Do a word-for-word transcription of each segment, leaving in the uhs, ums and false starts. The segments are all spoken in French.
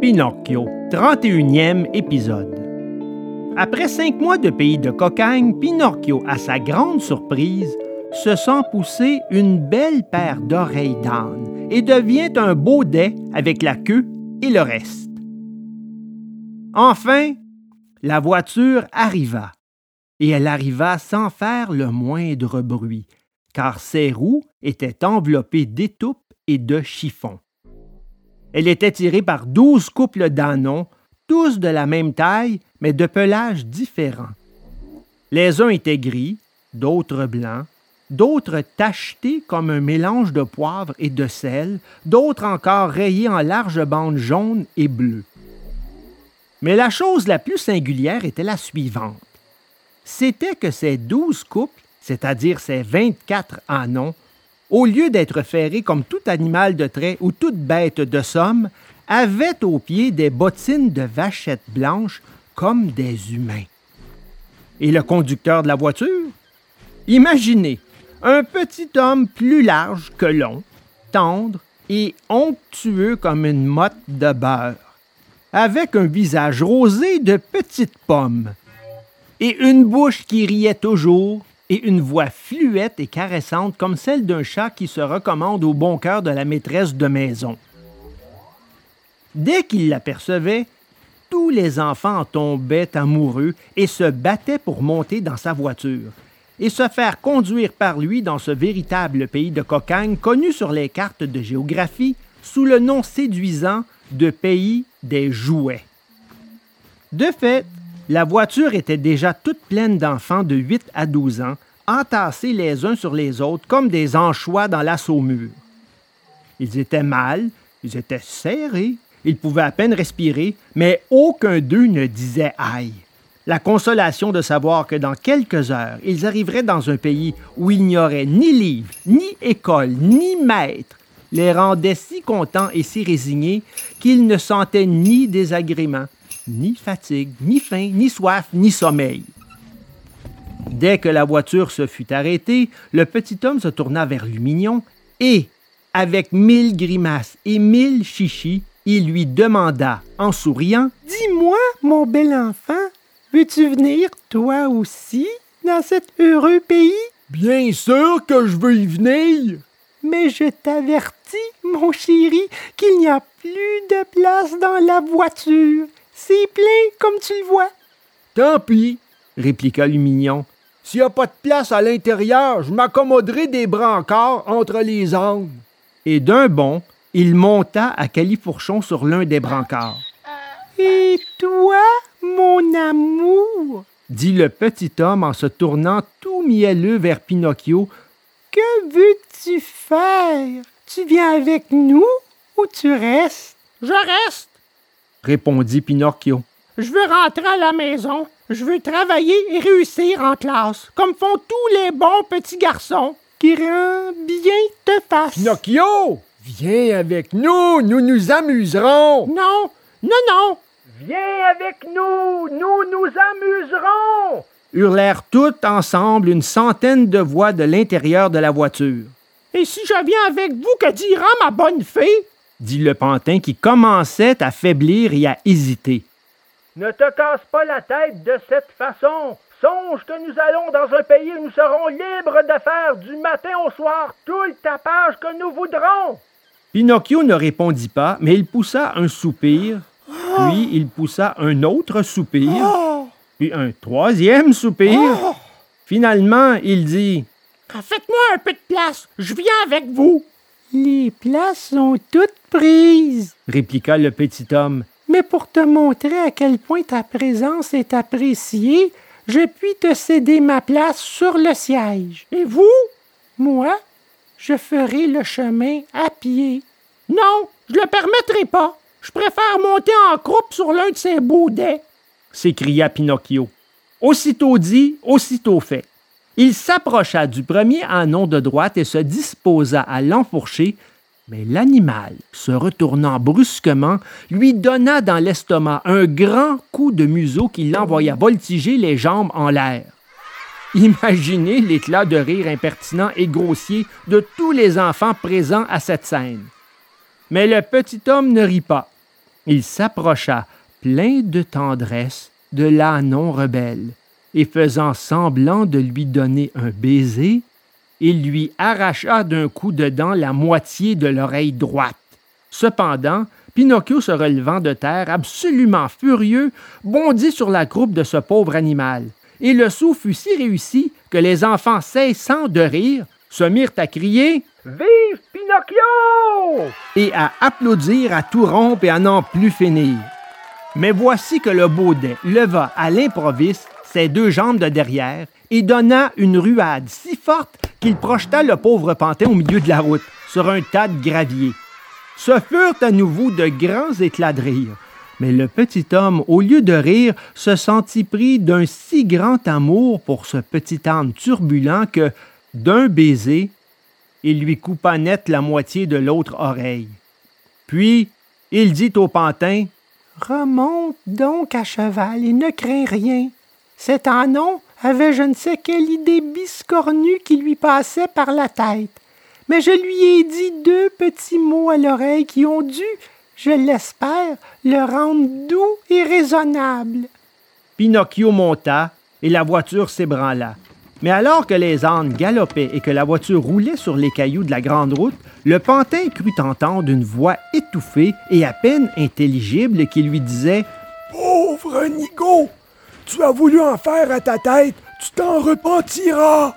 Pinocchio, trente et unième épisode. Après cinq mois de pays de cocagne, Pinocchio, à sa grande surprise, se sent pousser une belle paire d'oreilles d'âne et devient un baudet avec la queue et le reste. Enfin, la voiture arriva, et elle arriva sans faire le moindre bruit, car ses roues étaient enveloppées d'étoupe et de chiffon. Elle était tirée par douze couples d'ânons, tous de la même taille, mais de pelage différent. Les uns étaient gris, d'autres blancs, d'autres tachetés comme un mélange de poivre et de sel, d'autres encore rayés en larges bandes jaunes et bleues. Mais la chose la plus singulière était la suivante. C'était que ces douze couples, c'est-à-dire ces vingt-quatre ânons, au lieu d'être ferrés comme tout animal de trait ou toute bête de somme, avaient aux pieds des bottines de vachettes blanches comme des humains. Et le conducteur de la voiture? Imaginez, un petit homme plus large que long, tendre et onctueux comme une motte de beurre, avec un visage rosé de petites pommes, et une bouche qui riait toujours, et une voix fluette et caressante comme celle d'un chat qui se recommande au bon cœur de la maîtresse de maison. Dès qu'il l'apercevait, tous les enfants en tombaient amoureux et se battaient pour monter dans sa voiture et se faire conduire par lui dans ce véritable pays de cocagne connu sur les cartes de géographie sous le nom séduisant de pays des jouets. De fait, la voiture était déjà toute pleine d'enfants de huit à douze ans, entassés les uns sur les autres comme des anchois dans la saumure. Ils étaient mâles, ils étaient serrés, ils pouvaient à peine respirer, mais aucun d'eux ne disait « aïe ». La consolation de savoir que dans quelques heures, ils arriveraient dans un pays où il n'y aurait ni livre, ni école, ni maître, les rendait si contents et si résignés qu'ils ne sentaient ni désagrément, ni fatigue, ni faim, ni soif, ni sommeil. Dès que la voiture se fut arrêtée, le petit homme se tourna vers Lumignon et, avec mille grimaces et mille chichis, il lui demanda, en souriant, « Dis-moi, mon bel enfant, veux-tu venir, toi aussi, dans cet heureux pays? »« Bien sûr que je veux y venir. »« Mais je t'avertis, mon chéri, qu'il n'y a plus de place dans la voiture. C'est plein, comme tu le vois. »« Tant pis, » répliqua Lumignon. « S'il n'y a pas de place à l'intérieur, je m'accommoderai des brancards entre les ânes. » Et d'un bond, il monta à califourchon sur l'un des brancards. « Et toi, mon amour, » dit le petit homme en se tournant tout mielleux vers Pinocchio, « que veux-tu faire? Tu viens avec nous ou tu restes? »« Je reste, » répondit Pinocchio. « Je veux rentrer à la maison. Je veux travailler et réussir en classe, comme font tous les bons petits garçons. Qui rend bien te fasse. »« Pinocchio, viens avec nous, nous nous amuserons. »« Non, non, non. »« Viens avec nous, nous nous amuserons. » hurlèrent toutes ensemble une centaine de voix de l'intérieur de la voiture. « Et si je viens avec vous, que dira ma bonne fée? » dit le pantin qui commençait à faiblir et à hésiter. « Ne te casse pas la tête de cette façon. Songe que nous allons dans un pays où nous serons libres de faire du matin au soir tout le tapage que nous voudrons. » Pinocchio ne répondit pas, mais il poussa un soupir, puis il poussa un autre soupir, puis un troisième soupir. Finalement, il dit « Faites-moi un peu de place, je viens avec vous. »« Les places sont toutes prises, » répliqua le petit homme. « Mais pour te montrer à quel point ta présence est appréciée, je puis te céder ma place sur le siège. Et vous? »« Moi, je ferai le chemin à pied. »« Non, je le permettrai pas. Je préfère monter en croupe sur l'un de ces baudets. » s'écria Pinocchio. Aussitôt dit, aussitôt fait. Il s'approcha du premier ânon de droite et se disposa à l'enfourcher, mais l'animal, se retournant brusquement, lui donna dans l'estomac un grand coup de museau qui l'envoya voltiger les jambes en l'air. Imaginez l'éclat de rire impertinent et grossier de tous les enfants présents à cette scène. Mais le petit homme ne rit pas. Il s'approcha, plein de tendresse, de l'ânon rebelle, et faisant semblant de lui donner un baiser, il lui arracha d'un coup de dent la moitié de l'oreille droite. Cependant, Pinocchio, se relevant de terre, absolument furieux, bondit sur la croupe de ce pauvre animal. Et le saut fut si réussi que les enfants, cessant de rire, se mirent à crier « Vive Pinocchio! » et à applaudir à tout rompre et à n'en plus finir. Mais voici que le baudet leva à l'improviste ses deux jambes de derrière et donna une ruade si forte qu'il projeta le pauvre pantin au milieu de la route, sur un tas de gravier. Ce furent à nouveau de grands éclats de rire. Mais le petit homme, au lieu de rire, se sentit pris d'un si grand amour pour ce petit âne turbulent que, d'un baiser, il lui coupa net la moitié de l'autre oreille. Puis, il dit au pantin, « Remonte donc à cheval et ne crains rien. Cet ânon avait je ne sais quelle idée biscornue qui lui passait par la tête. Mais je lui ai dit deux petits mots à l'oreille qui ont dû, je l'espère, le rendre doux et raisonnable. » Pinocchio monta et la voiture s'ébranla. Mais alors que les ânes galopaient et que la voiture roulait sur les cailloux de la grande route, le pantin crut entendre une voix étouffée et à peine intelligible qui lui disait « Pauvre Nigaud, tu as voulu en faire à ta tête, tu t'en repentiras! »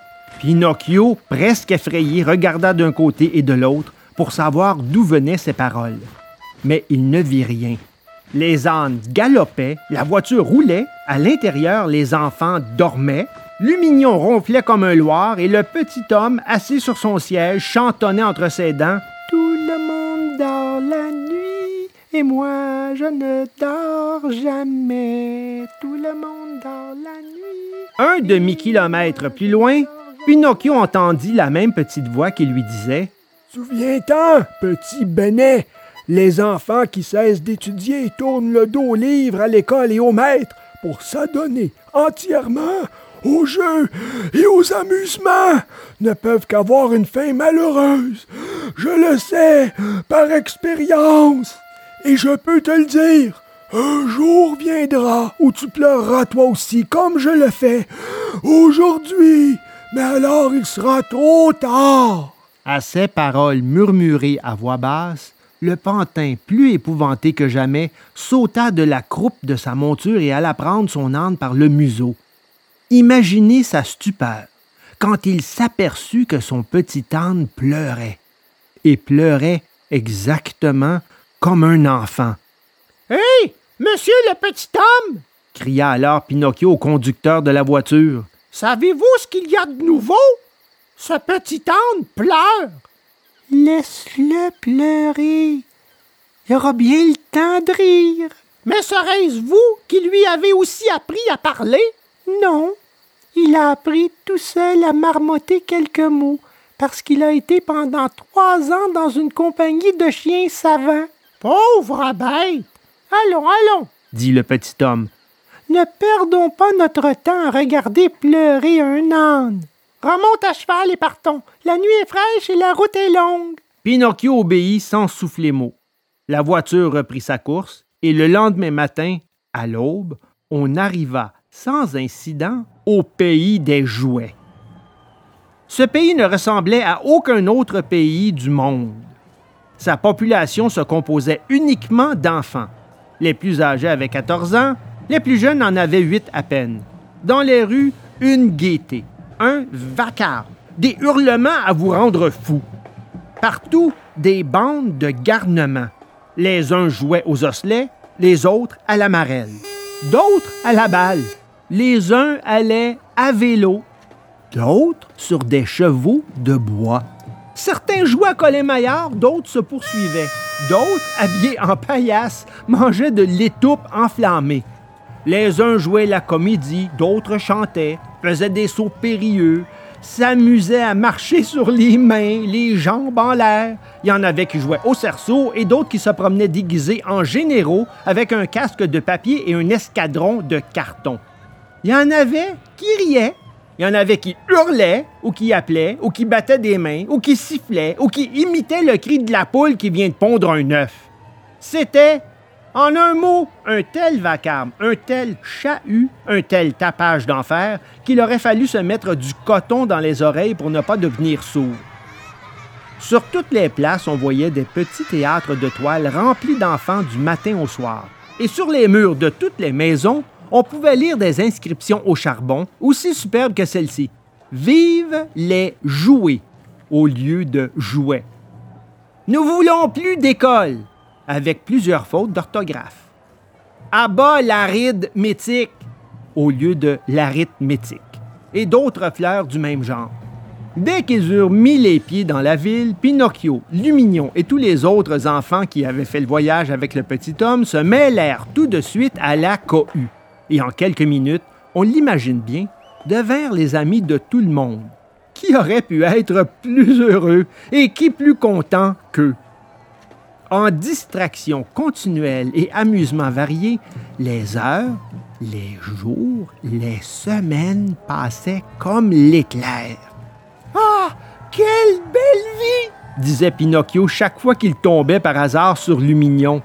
Pinocchio, presque effrayé, regarda d'un côté et de l'autre pour savoir d'où venaient ces paroles. Mais il ne vit rien. Les ânes galopaient, la voiture roulait, à l'intérieur, les enfants dormaient, Lumignon ronflait comme un loir et le petit homme, assis sur son siège, chantonnait entre ses dents « Tout le monde dort la nuit et moi je ne dors jamais. Tout le monde dort la nuit. » Un demi-kilomètre plus loin, Pinocchio entendit la même petite voix qui lui disait « Souviens-t'en, petit Benet, les enfants qui cessent d'étudier tournent le dos aux livres, à l'école et au maître pour s'adonner entièrement aux jeux et aux amusements, ne peuvent qu'avoir une fin malheureuse. Je le sais par expérience et je peux te le dire. Un jour viendra où tu pleureras toi aussi comme je le fais aujourd'hui, mais alors il sera trop tard. » À ces paroles murmurées à voix basse, le pantin, plus épouvanté que jamais, sauta de la croupe de sa monture et alla prendre son âne par le museau. Imaginez sa stupeur quand il s'aperçut que son petit âne pleurait, et pleurait exactement comme un enfant. « Hé, monsieur le petit homme! » cria alors Pinocchio au conducteur de la voiture. « Savez-vous ce qu'il y a de nouveau? Ce petit âne pleure! »« Laisse-le pleurer. Il aura bien le temps de rire. »« Mais serait-ce vous qui lui avez aussi appris à parler? » Non, il a appris tout seul à marmotter quelques mots, parce qu'il a été pendant trois ans dans une compagnie de chiens savants. « Pauvre bête! Allons, allons! » dit le petit homme. « Ne perdons pas notre temps à regarder pleurer un âne. Remonte à cheval et partons. La nuit est fraîche et la route est longue. » Pinocchio obéit sans souffler mot. La voiture reprit sa course et le lendemain matin, à l'aube, on arriva sans incident au pays des jouets. Ce pays ne ressemblait à aucun autre pays du monde. Sa population se composait uniquement d'enfants. Les plus âgés avaient quatorze ans, les plus jeunes en avaient huit à peine. Dans les rues, une gaieté, un vacarme, des hurlements à vous rendre fou. Partout, des bandes de garnements. Les uns jouaient aux osselets, les autres à la marelle. D'autres à la balle. Les uns allaient à vélo, d'autres sur des chevaux de bois. Certains jouaient à collet-maillard, d'autres se poursuivaient. D'autres, habillés en paillasse, mangeaient de l'étoupe enflammée. Les uns jouaient la comédie, d'autres chantaient, faisaient des sauts périlleux, s'amusaient à marcher sur les mains, les jambes en l'air. Il y en avait qui jouaient au cerceau et d'autres qui se promenaient déguisés en généraux avec un casque de papier et un escadron de carton. Il y en avait qui riaient, il y en avait qui hurlaient, ou qui appelaient, ou qui battaient des mains, ou qui sifflaient, ou qui imitaient le cri de la poule qui vient de pondre un œuf. C'était En un mot, un tel vacarme, un tel chahut, un tel tapage d'enfer qu'il aurait fallu se mettre du coton dans les oreilles pour ne pas devenir sourd. Sur toutes les places, on voyait des petits théâtres de toile remplis d'enfants du matin au soir. Et sur les murs de toutes les maisons, on pouvait lire des inscriptions au charbon, aussi superbes que celle-ci. « Vive les jouets » au lieu de « jouets ». « Nous voulons plus d'école » avec plusieurs fautes d'orthographe. « À bas l'arithmétique » au lieu de l'arithmétique. Et d'autres fleurs du même genre. Dès qu'ils eurent mis les pieds dans la ville, Pinocchio, Lumignon et tous les autres enfants qui avaient fait le voyage avec le petit homme se mêlèrent tout de suite à la cohue. Et en quelques minutes, on l'imagine bien, devinrent les amis de tout le monde. Qui aurait pu être plus heureux et qui plus content qu'eux? En distraction continuelle et amusement variés, les heures, les jours, les semaines passaient comme l'éclair. « Ah, quelle belle vie! » disait Pinocchio chaque fois qu'il tombait par hasard sur Lumignon.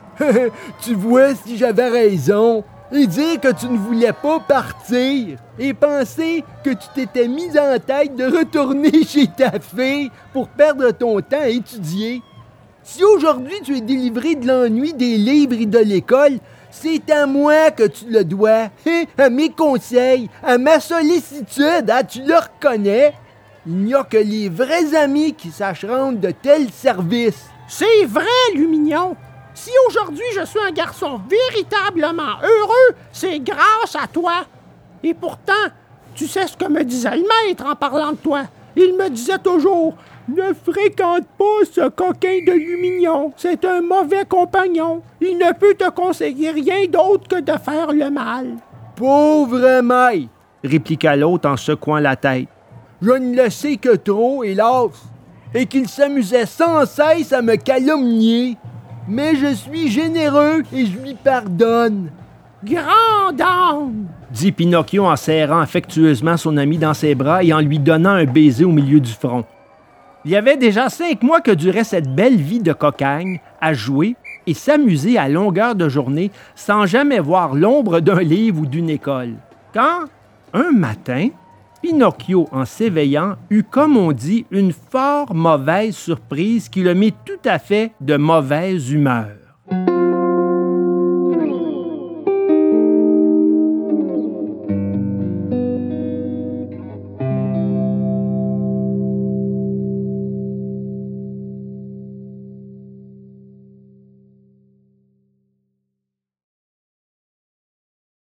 « Tu vois si j'avais raison. Et dire que tu ne voulais pas partir. Et penser que tu t'étais mis en tête de retourner chez ta fille pour perdre ton temps à étudier. Si aujourd'hui tu es délivré de l'ennui des livres et de l'école, c'est à moi que tu le dois. Hein, à mes conseils, à ma sollicitude, hein, tu le reconnais. Il n'y a que les vrais amis qui sachent rendre de tels services. C'est vrai, Lumignon. Si aujourd'hui je suis un garçon véritablement heureux, c'est grâce à toi. Et pourtant, tu sais ce que me disait le maître en parlant de toi. Il me disait toujours « Ne fréquente pas ce coquin de Lumignon, c'est un mauvais compagnon. Il ne peut te conseiller rien d'autre que de faire le mal. » Pauvre maître, répliqua l'autre en secouant la tête. Je ne le sais que trop, hélas, et qu'il s'amusait sans cesse à me calomnier. Mais je suis généreux et je lui pardonne. « Grande âme !» dit Pinocchio en serrant affectueusement son ami dans ses bras et en lui donnant un baiser au milieu du front. Il y avait déjà cinq mois que durait cette belle vie de cocagne, à jouer et s'amuser à longueur de journée sans jamais voir l'ombre d'un livre ou d'une école. Quand, un matin, Pinocchio, en s'éveillant, eut, comme on dit, une fort mauvaise surprise qui le mit tout à fait de mauvaise humeur.